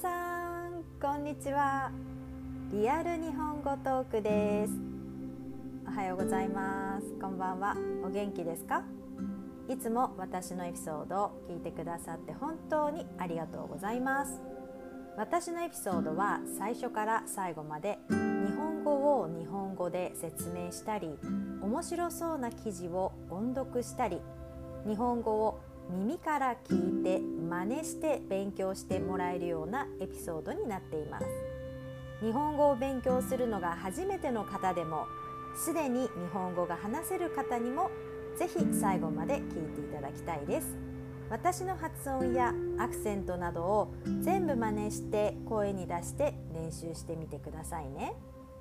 さんこんにちは。リアル日本語トークです。おはようございます。こんばんは。お元気ですか？いつも私のエピソードを聞いてくださって本当にありがとうございます。私のエピソードは最初から最後まで日本語を日本語で説明したり、面白そうな記事を音読したり、日本語を耳から聞いて真似して勉強してもらえるようなエピソードになっています。日本語を勉強するのが初めての方でも、すでに日本語が話せる方にもぜひ最後まで聞いていただきたいです。私の発音やアクセントなどを全部真似して声に出して練習してみてくださいね。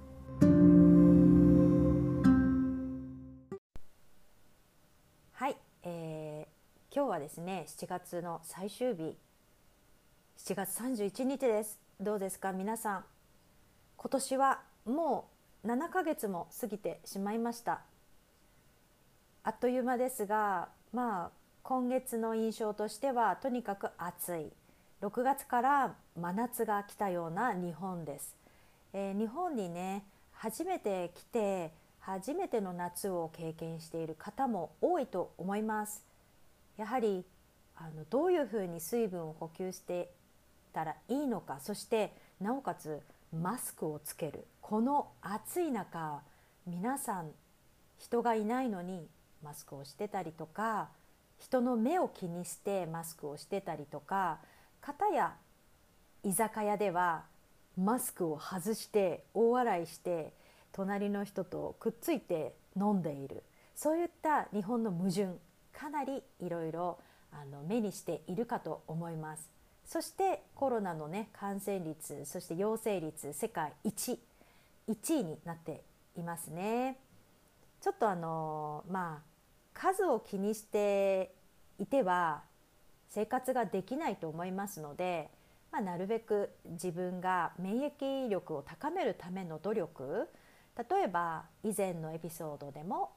はい、今日はですね、7月の最終日、7月31日です。どうですか皆さん。今年はもう7ヶ月も過ぎてしまいました。あっという間ですが、今月の印象としてはとにかく暑い。6月から真夏が来たような日本です。日本にね、初めて来て初めての夏を経験している方も多いと思います。やはりどういうふうに水分を補給してたらいいのか、そしてなおかつマスクをつける、この暑い中、皆さん人がいないのにマスクをしてたりとか、人の目を気にしてマスクをしてたりとか、片や居酒屋ではマスクを外して大笑いして隣の人とくっついて飲んでいる、そういった日本の矛盾、かなりいろいろ目にしているかと思います。そしてコロナのね、感染率、そして陽性率世界1位になっていますね。ちょっと数を気にしていては生活ができないと思いますので、なるべく自分が免疫力を高めるための努力、例えば以前のエピソードでも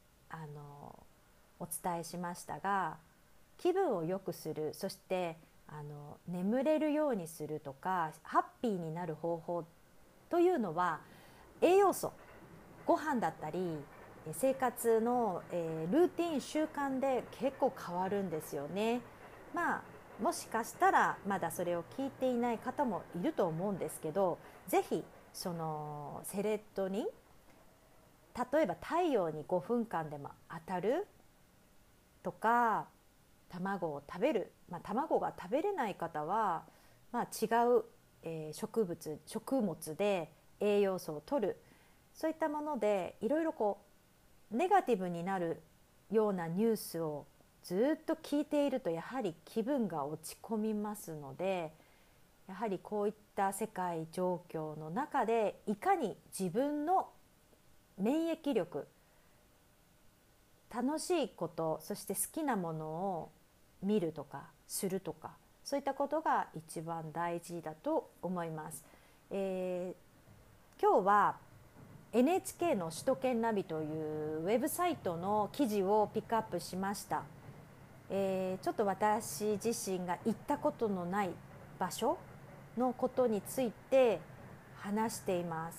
お伝えしましたが、気分を良くする、そして眠れるようにするとか、ハッピーになる方法というのは栄養素、ご飯だったり生活の、ルーティン、習慣で結構変わるんですよね。もしかしたらまだそれを聞いていない方もいると思うんですけど、ぜひそのセレトニン、例えば太陽に5分間でも当たるとか、卵を食べる、卵が食べれない方は、違う、食物で栄養素を取る、そういったものでいろいろネガティブになるようなニュースをずっと聞いていると、やはり気分が落ち込みますので、やはりこういった世界状況の中でいかに自分の免疫力、楽しいこと、そして好きなものを見るとかするとか、そういったことが一番大事だと思います。今日は NHK の首都圏ナビというウェブサイトの記事をピックアップしました。ちょっと私自身が行ったことのない場所のことについて話しています。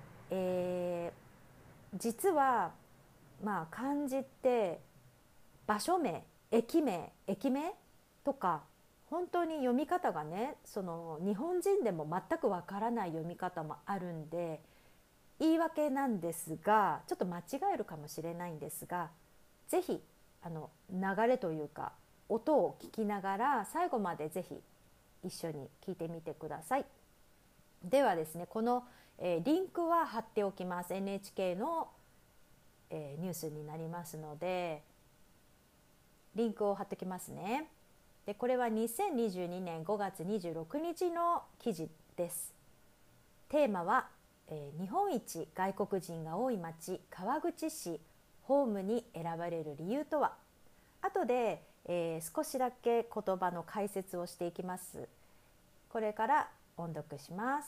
実は漢字って場所名、駅名とか、本当に読み方がね、その日本人でも全くわからない読み方もあるんで、言い訳なんですが、ちょっと間違えるかもしれないんですが、ぜひ流れというか音を聞きながら最後までぜひ一緒に聞いてみてください。ではですね、この、リンクは貼っておきます。 NHK の、ニュースになりますのでリンクを貼っておきますね。でこれは2022年5月26日の記事です。テーマは、日本一外国人が多い町川口市ホームに選ばれる理由とは。後で、少しだけ言葉の解説をしていきます。これから音読します。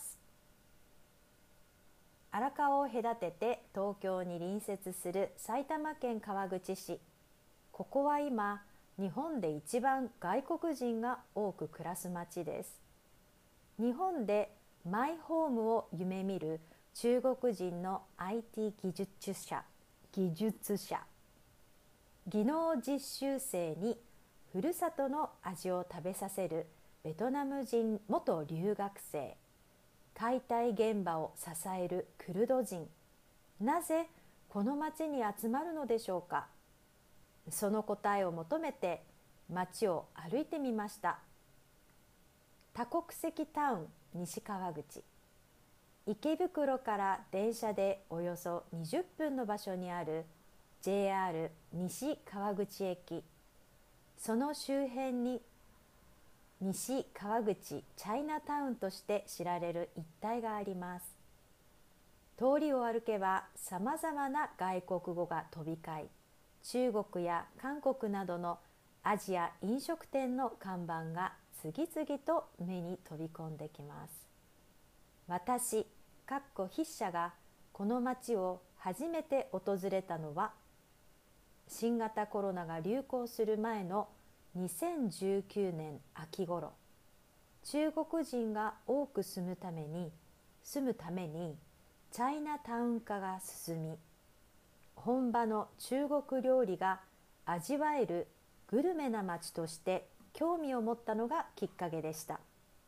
荒川を隔てて東京に隣接する埼玉県川口市。ここは今日本で一番外国人が多く暮らす町です。 日本でマイホームを夢見る中国人の IT 技術者、技能実習生にふるさとの味を食べさせるベトナム人元留学生、解体現場を支えるクルド人、なぜこの町に集まるのでしょうか。その答えを求めて町を歩いてみました。多国籍タウン西川口、池袋から電車でおよそ20分の場所にある JR 西川口駅、その周辺に西川口チャイナタウンとして知られる一帯があります。通りを歩けばさまざまな外国語が飛び交い、中国や韓国などのアジア飲食店の看板が次々と目に飛び込んできます。私筆者がこの街を初めて訪れたのは、新型コロナが流行する前の2019年秋頃、中国人が多く住むためにチャイナタウン化が進み、本場の中国料理が味わえるグルメな街として興味を持ったのがきっかけでした。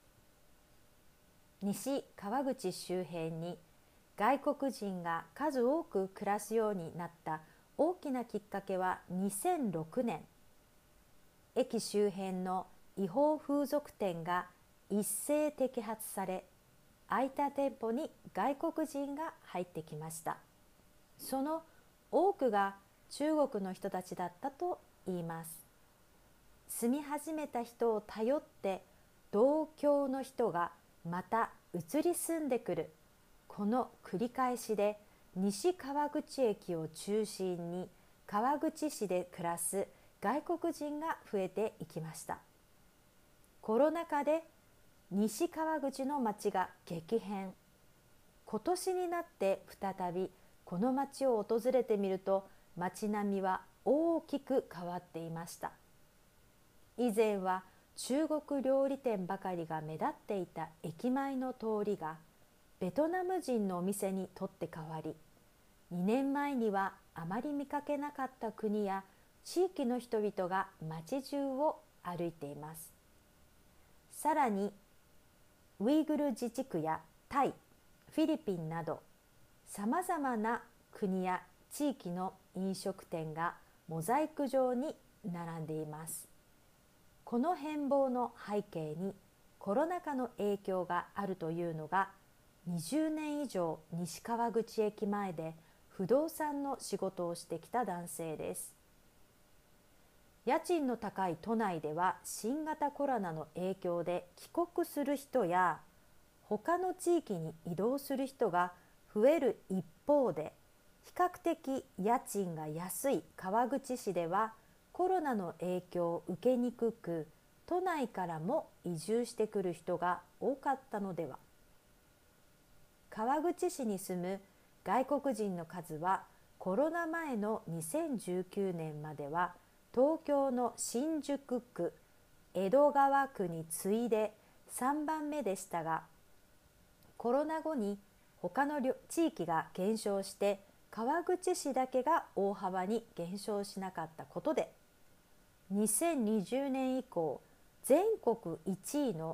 西川口周辺に外国人が数多く暮らすようになった大きなきっかけは2006年、駅周辺の違法風俗店が一斉摘発され、空いた店舗に外国人が入ってきました。その多くが中国の人たちだったといいます。住み始めた人を頼って同郷の人がまた移り住んでくる、この繰り返しで西川口駅を中心に川口市で暮らす外国人が増えていきました。コロナ禍で西川口の街が激変。今年になって再びこの街を訪れてみると、街並みは大きく変わっていました。以前は中国料理店ばかりが目立っていた駅前の通りがベトナム人のお店に取って代わり、2年前にはあまり見かけなかった国や地域の人々が街中を歩いています。さらにウイグル自治区やタイ、フィリピンなどさまざまな国や地域の飲食店がモザイク状に並んでいます。この変貌の背景にコロナ禍の影響があるというのが、20年以上西川口駅前で不動産の仕事をしてきた男性です。家賃の高い都内では新型コロナの影響で帰国する人や他の地域に移動する人が増える一方で、比較的家賃が安い川口市ではコロナの影響を受けにくく、都内からも移住してくる人が多かったのでは。川口市に住む外国人の数はコロナ前の2019年までは東京の新宿区、江戸川区に次いで3番目でしたが、コロナ後に他の地域が減少して川口市だけが大幅に減少しなかったことで、2020年以降全国1位の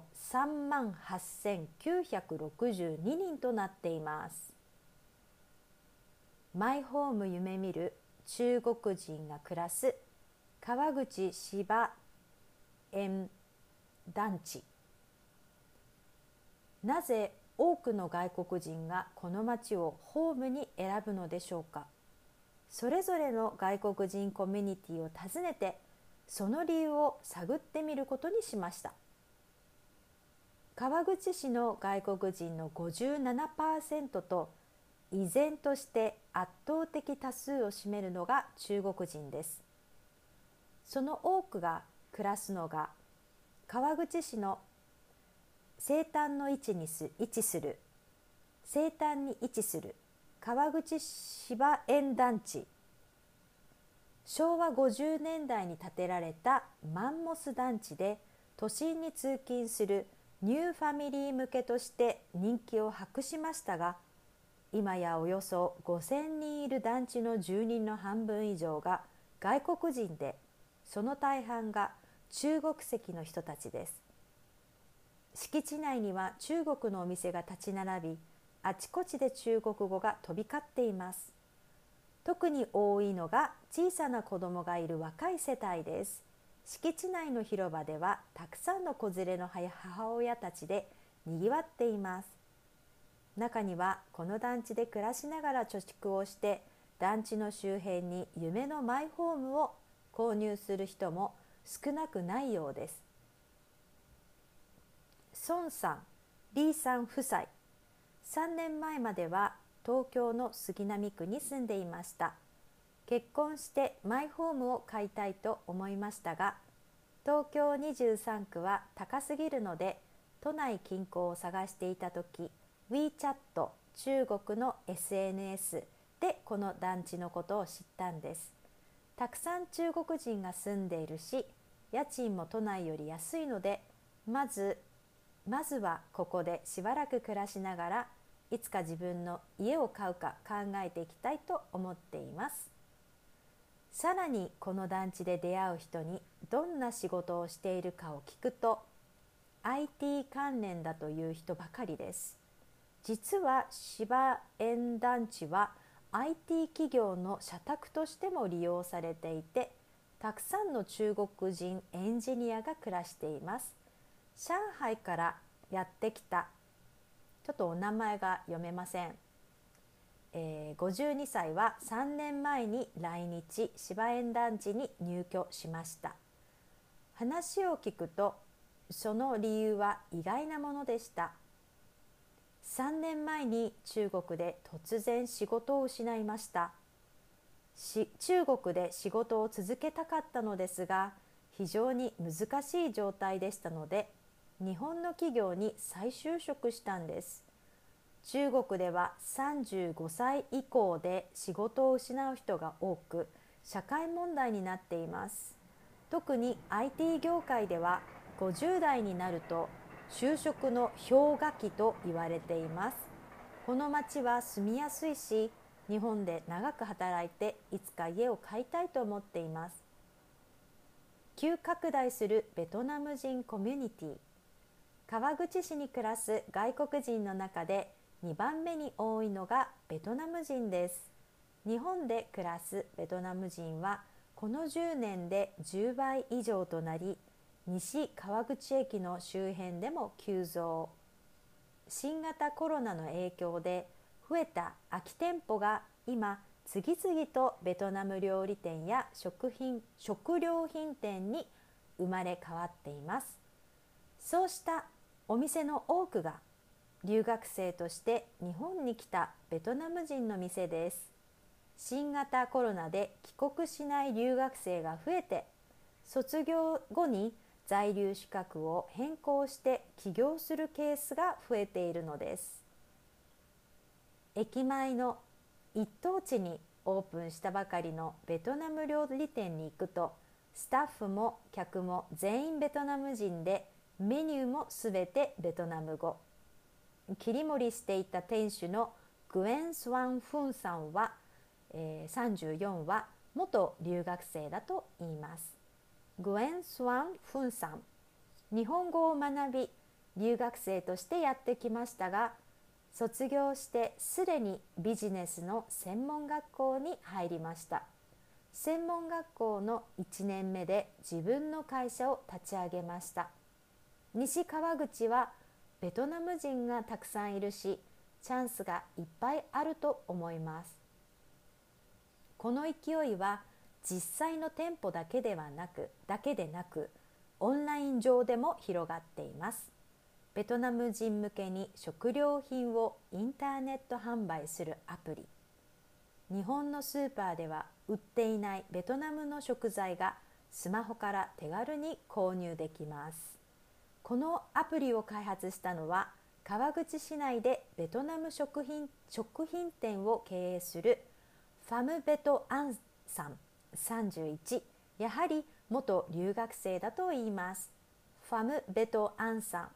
38,962人となっています。マイホーム夢見る中国人が暮らす川口芝園団地。なぜ多くの外国人がこの町をホームに選ぶのでしょうか。それぞれの外国人コミュニティを訪ねて、その理由を探ってみることにしました。川口市の外国人の 57% と、依然として圧倒的多数を占めるのが中国人です。その多くが暮らすのが川口市の西端に位置する川口芝園団地。昭和50年代に建てられたマンモス団地で、都心に通勤するニューファミリー向けとして人気を博しましたが、今やおよそ5000人いる団地の住人の半分以上が外国人で、その大半が中国籍の人たちです。敷地内には中国のお店が立ち並び、あちこちで中国語が飛び交っています。特に多いのが小さな子供がいる若い世帯です。敷地内の広場ではたくさんの子連れの母親たちでにぎわっています。中にはこの団地で暮らしながら貯蓄をして団地の周辺に夢のマイホームを購入する人も少なくないようです。孫さん、リーさん夫妻、3年前までは東京の杉並区に住んでいました。結婚してマイホームを買いたいと思いましたが、東京23区は高すぎるので都内近郊を探していたとき、WeChat、中国の SNS でこの団地のことを知ったんです。たくさん中国人が住んでいるし、家賃も都内より安いので、まずはここでしばらく暮らしながら、いつか自分の家を買うか考えていきたいと思っています。さらにこの団地で出会う人にどんな仕事をしているかを聞くと、 IT 関連だという人ばかりです。実は芝園団地は IT 企業の社宅としても利用されていて、たくさんの中国人エンジニアが暮らしています。上海からやってきた、ちょっとお名前が読めません、52歳は3年前に来日、芝園団地に入居しました。話を聞くとその理由は意外なものでした。3年前に中国で突然仕事を失いました。中国で仕事を続けたかったのですが、非常に難しい状態でしたので、日本の企業に再就職したんです。中国では35歳以降で仕事を失う人が多く、社会問題になっています。特に IT 業界では50代になると就職の氷河期と言われています。この町は住みやすいし、日本で長く働いていつか家を買いたいと思っています。急拡大するベトナム人コミュニティ。川口市に暮らす外国人の中で2番目に多いのがベトナム人です。日本で暮らすベトナム人はこの10年で10倍以上となり、西川口駅の周辺でも急増。新型コロナの影響で増えた空き店舗が今次々とベトナム料理店や食料品店に生まれ変わっています。そうしたお店の多くが留学生として日本に来たベトナム人の店です。新型コロナで帰国しない留学生が増えて、卒業後に在留資格を変更して起業するケースが増えているのです。駅前の一等地にオープンしたばかりのベトナム料理店に行くと、スタッフも客も全員ベトナム人で、メニューもすべてベトナム語。切り盛りしていた店主のグエン・スワン・フンさんは、34は元留学生だと言います。グエン・スワン・フンさん、日本語を学び留学生としてやってきましたが、卒業してすでにビジネスの専門学校に入りました。専門学校の1年目で自分の会社を立ち上げました。西川口はベトナム人がたくさんいるし、チャンスがいっぱいあると思います。この勢いは実際の店舗だけでなく、オンライン上でも広がっています。ベトナム人向けに食料品をインターネット販売するアプリ。日本のスーパーでは売っていないベトナムの食材がスマホから手軽に購入できます。このアプリを開発したのは、川口市内でベトナム食品店を経営するファム・ベト・アンさん31、やはり元留学生だといいます。ファム・ベト・アンさん、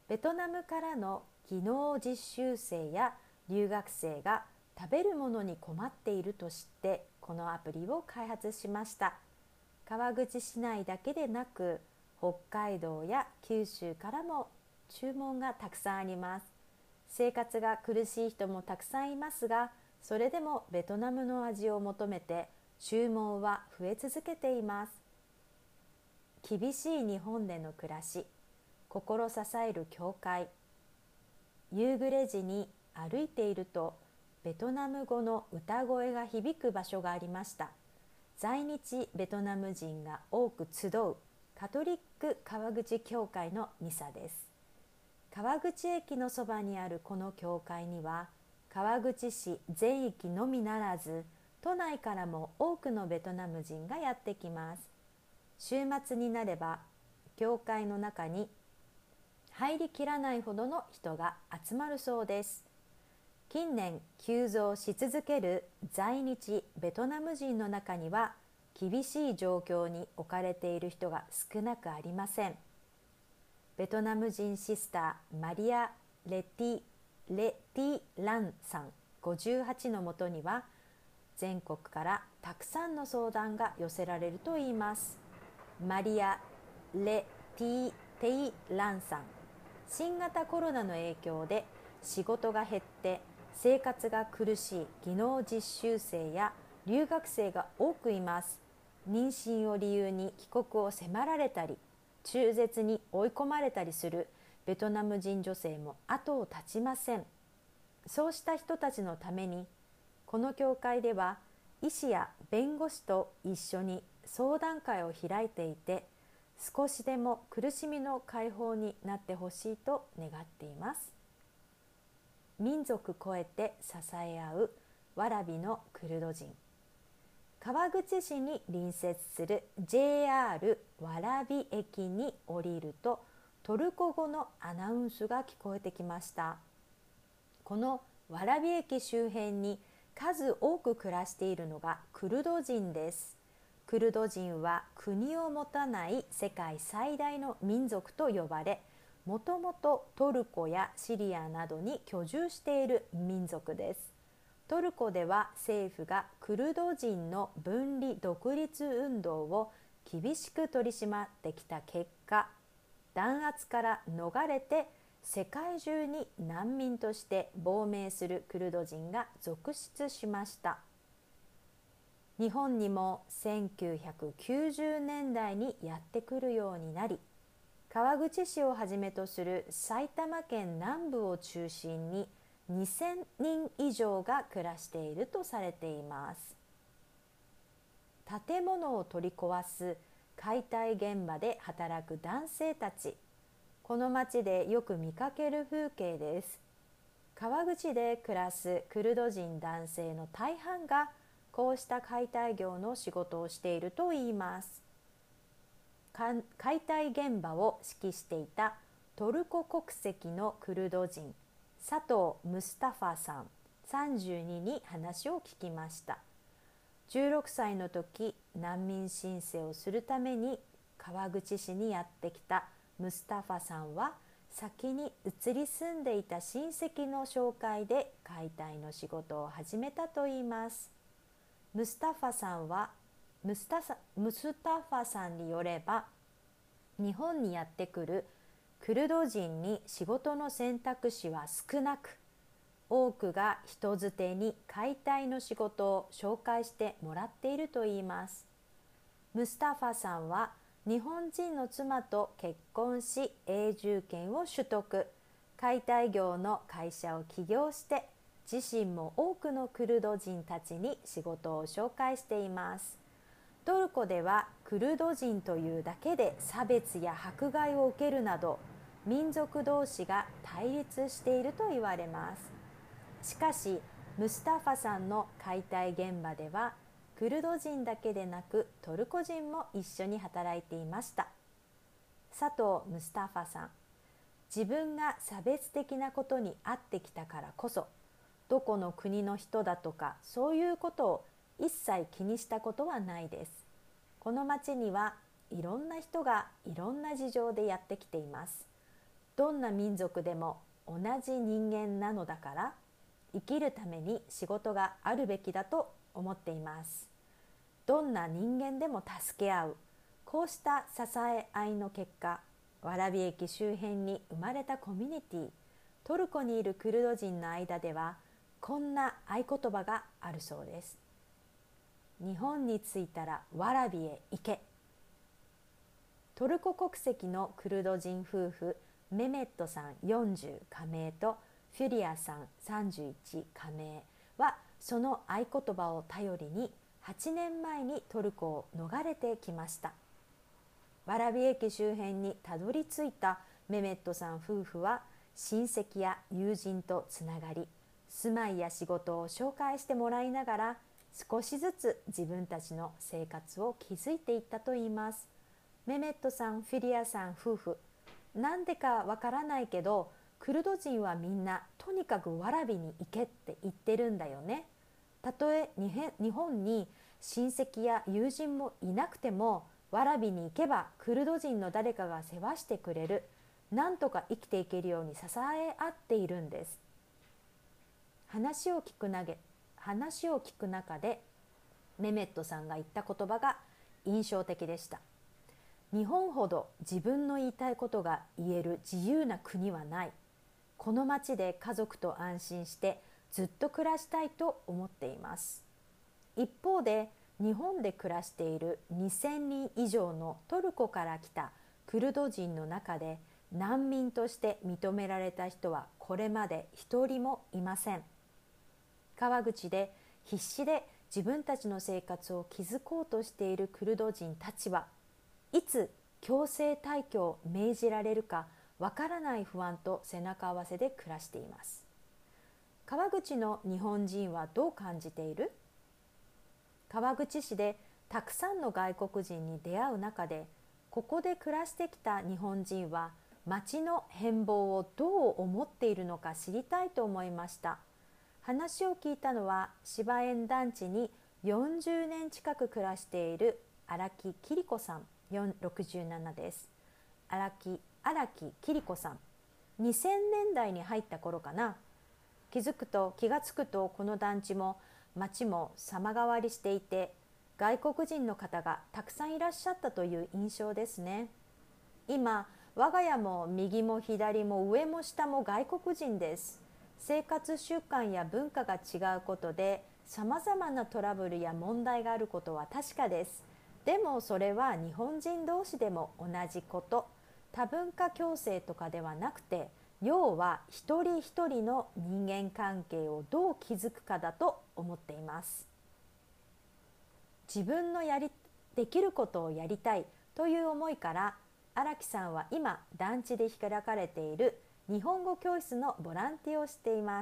ベトナムからの技能実習生や留学生が食べるものに困っていると知ってこのアプリを開発しました。川口市内だけでなく北海道や九州からも注文がたくさんあります。生活が苦しい人もたくさんいますが、それでもベトナムの味を求めて注文は増え続けています。厳しい日本での暮らし、心支える教会。夕暮れ時に歩いているとベトナム語の歌声が響く場所がありました。在日ベトナム人が多く集うカトリック川口教会のミサです。川口駅のそばにあるこの教会には、川口市全域のみならず都内からも多くのベトナム人がやってきます。週末になれば教会の中に入りきらないほどの人が集まるそうです。近年急増し続ける在日ベトナム人の中には、厳しい状況に置かれている人が少なくありません。ベトナム人シスターマリア・レティ・ランさん58のもとには、全国からたくさんの相談が寄せられるといいます。マリア・レティ・ランさん、新型コロナの影響で仕事が減って生活が苦しい技能実習生や留学生が多くいます。妊娠を理由に帰国を迫られたり、中絶に追い込まれたりするベトナム人女性も後を絶ちません。そうした人たちのために、この教会では医師や弁護士と一緒に相談会を開いていて、少しでも苦しみの解放になってほしいと願っています。民族超えて支え合う蕨のクルド人。川口市に隣接する JR 蕨駅に降りると、トルコ語のアナウンスが聞こえてきました。この蕨駅周辺に数多く暮らしているのがクルド人です。クルド人は国を持たない世界最大の民族と呼ばれ、もともとトルコやシリアなどに居住している民族です。トルコでは政府がクルド人の分離独立運動を厳しく取り締まってきた結果、弾圧から逃れて世界中に難民として亡命するクルド人が続出しました。日本にも1990年代にやってくるようになり、川口市をはじめとする埼玉県南部を中心に2000人以上が暮らしているとされています。建物を取り壊す解体現場で働く男性たち、この町でよく見かける風景です。川口で暮らすクルド人男性の大半がこうした解体業の仕事をしているといいます。解体現場を指揮していたトルコ国籍のクルド人佐藤ムスタファさん32に話を聞きました。16歳の時、難民申請をするために川口市にやってきたムスタファさんは、先に移り住んでいた親戚の紹介で解体の仕事を始めたといいます。ムスタファさんによれば、日本にやってくるクルド人に仕事の選択肢は少なく、多くが人づてに解体の仕事を紹介してもらっているといいます。ムスタファさんは日本人の妻と結婚し永住権を取得、解体業の会社を起業して自身も多くのクルド人たちに仕事を紹介しています。トルコではクルド人というだけで差別や迫害を受けるなど、民族同士が対立していると言われます。しかしムスタファさんの解体現場ではクルド人だけでなくトルコ人も一緒に働いていました。佐藤ムスタファさん、自分が差別的なことに遭ってきたからこそ、どこの国の人だとかそういうことを一切気にしたことはないです。この町にはいろんな人がいろんな事情でやってきています。 どんな民族でも同じ人間なのだから、生きるために仕事があるべきだと思っています。どんな人間でも助け合う、こうした支え合いの結果、蕨駅周辺に生まれたコミュニティ、トルコにいるクルド人の間ではこんな合言葉があるそうです。日本に着いたら蕨へ行け。トルコ国籍のクルド人夫婦メメットさん40加盟とフュリアさん31加盟は、その合言葉を頼りに8年前にトルコを逃れてきました。蕨駅周辺にたどり着いたメメットさん夫婦は、親戚や友人とつながり、住まいや仕事を紹介してもらいながら、少しずつ自分たちの生活を築いていったといいます。メメットさん、フィリアさん夫婦、なんでかわからないけど、クルド人はみんなとにかく蕨に行けって言ってるんだよね。たとえ日本に親戚や友人もいなくても、蕨に行けばクルド人の誰かが世話してくれる、なんとか生きていけるように支え合っているんです。話を聞く中でメメットさんが言った言葉が印象的でした。日本ほど自分の言いたいことが言える自由な国はない。この町で家族と安心してずっと暮らしたいと思っています。一方で、日本で暮らしている2000人以上のトルコから来たクルド人の中で、難民として認められた人はこれまで一人もいません。川口で必死で自分たちの生活を築こうとしているクルド人たちは、いつ強制退去を命じられるかわからない不安と背中合わせで暮らしています。川口の日本人はどう感じている？川口市でたくさんの外国人に出会う中で、ここで暮らしてきた日本人は町の変貌をどう思っているのか知りたいと思いました。話を聞いたのは、芝園団地に40年近く暮らしている荒木桐子さん67です。荒木桐子さん、2000年代に入った頃かな。気がつくとこの団地も町も様変わりしていて、外国人の方がたくさんいらっしゃったという印象ですね。今我が家も右も左も上も下も外国人です。生活習慣や文化が違うことで、さまざまなトラブルや問題があることは確かです。でもそれは日本人同士でも同じこと、多文化共生とかではなくて、要は一人一人の人間関係をどう築くかだと思っています。自分のできることをやりたいという思いから、荒木さんは今団地で開かれている日本語教室のボランティアをしています。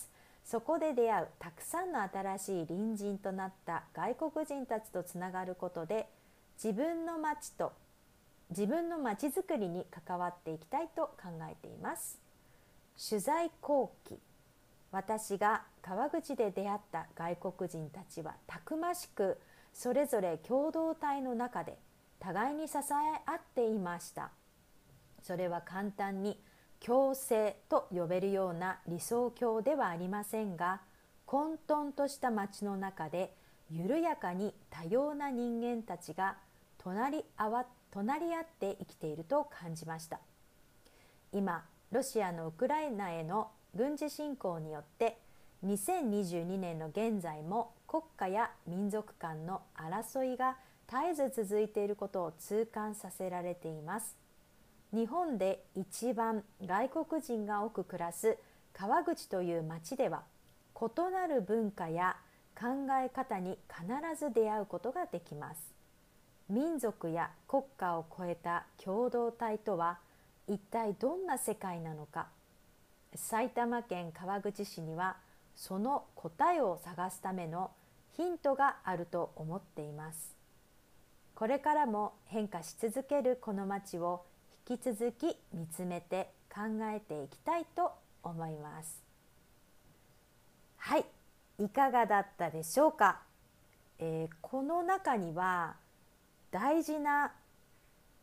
そこで出会うたくさんの新しい隣人となった外国人たちとつながることで、自分の町づくりに関わっていきたいと考えています。取材後期、私が川口で出会った外国人たちはたくましく、それぞれ共同体の中で互いに支え合っていました。それは簡単に共生と呼べるような理想郷ではありませんが、混沌とした街の中で緩やかに多様な人間たちが隣り合って生きていると感じました。今、ロシアのウクライナへの軍事侵攻によって2022年の現在も国家や民族間の争いが絶えず続いていることを痛感させられています。日本で一番外国人が多く暮らす川口という町では、異なる文化や考え方に必ず出会うことができます。民族や国家を超えた共同体とは一体どんな世界なのか。埼玉県川口市にはその答えを探すためのヒントがあると思っています。これからも変化し続けるこの町を引き続き見つめて考えていきたいと思います。はい、いかがだったでしょうか。この中には大事な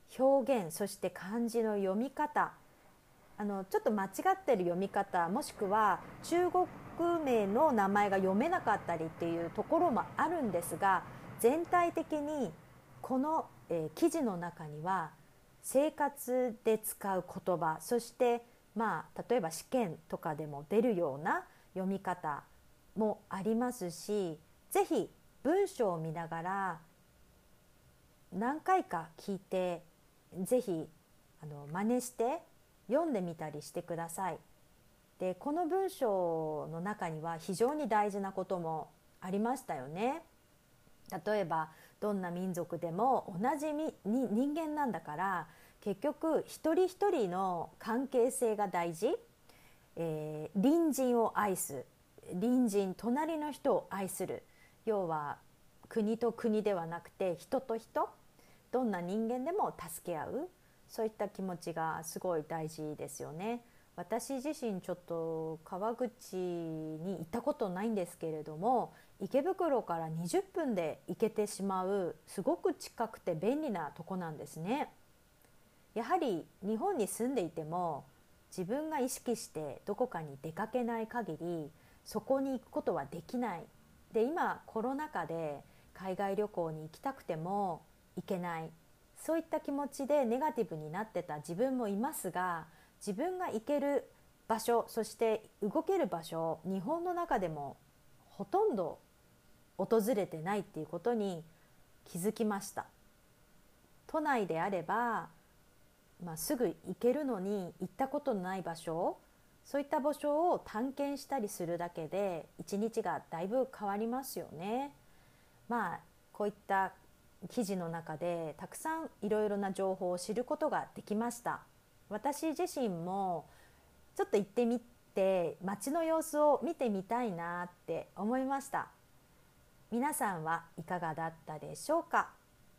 表現、そして漢字の読み方、ちょっと間違ってる読み方、もしくは中国名の名前が読めなかったりっていうところもあるんですが、全体的にこの、記事の中には生活で使う言葉、そして例えば試験とかでも出るような読み方もありますし、ぜひ文章を見ながら何回か聞いて、ぜひ真似して読んでみたりしてください。で、この文章の中には非常に大事なこともありましたよね。例えばどんな民族でも同じ人間なんだから、結局一人一人の関係性が大事、隣人を愛す、隣人、隣の人を愛する、要は国と国ではなくて人と人、どんな人間でも助け合う、そういった気持ちがすごい大事ですよね。私自身ちょっと川口に行ったことないんですけれども、池袋から20分で行けてしまう、すごく近くて便利なとこなんですね。やはり日本に住んでいても、自分が意識してどこかに出かけない限りそこに行くことはできない。で、今コロナ禍で海外旅行に行きたくても行けない、そういった気持ちでネガティブになってた自分もいますが、自分が行ける場所、そして動ける場所、日本の中でもほとんど訪れてないっていうことに気づきました。都内であれば、すぐ行けるのに行ったことのない場所、そういった場所を探検したりするだけで一日がだいぶ変わりますよね。こういった記事の中でたくさんいろいろな情報を知ることができました。私自身もちょっと行ってみて街の様子を見てみたいなって思いました。皆さんはいかがだったでしょうか。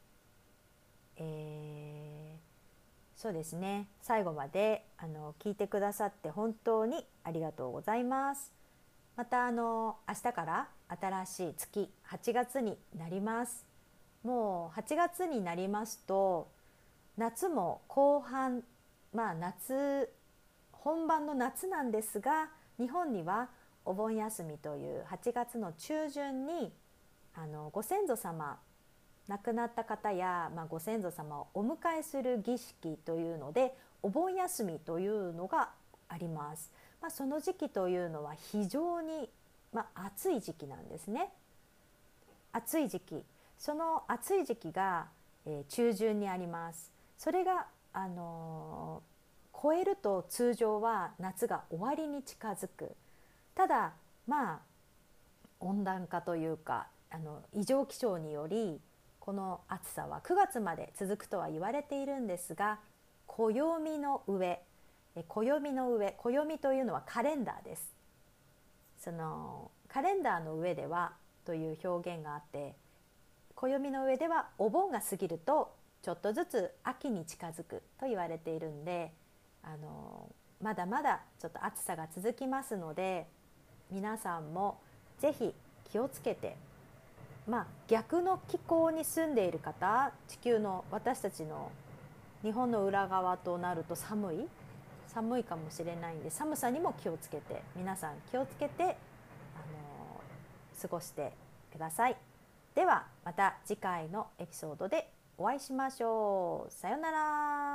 そうですね、最後まで聞いてくださって本当にありがとうございます。また明日から新しい月、8月になります。もう8月になりますと夏も後半、夏本番の夏なんですが、日本にはお盆休みという8月の中旬にご先祖様、亡くなった方や、ご先祖様をお迎えする儀式というのでお盆休みというのがあります。その時期というのは非常に、暑い時期なんですね。暑い時期、その暑い時期が、中旬にあります。それが、超えると通常は夏が終わりに近づく。ただ温暖化というか異常気象によりこの暑さは9月まで続くとは言われているんですが、暦の上、暦というのはカレンダーです。そのカレンダーの上ではという表現があって、暦の上ではお盆が過ぎるとちょっとずつ秋に近づくと言われているんで、まだまだちょっと暑さが続きますので、皆さんもぜひ気をつけて、逆の気候に住んでいる方、地球の私たちの日本の裏側となると寒いかもしれないんで、寒さにも気をつけて、皆さん気をつけて過ごしてください。ではまた次回のエピソードでお会いしましょう。さようなら。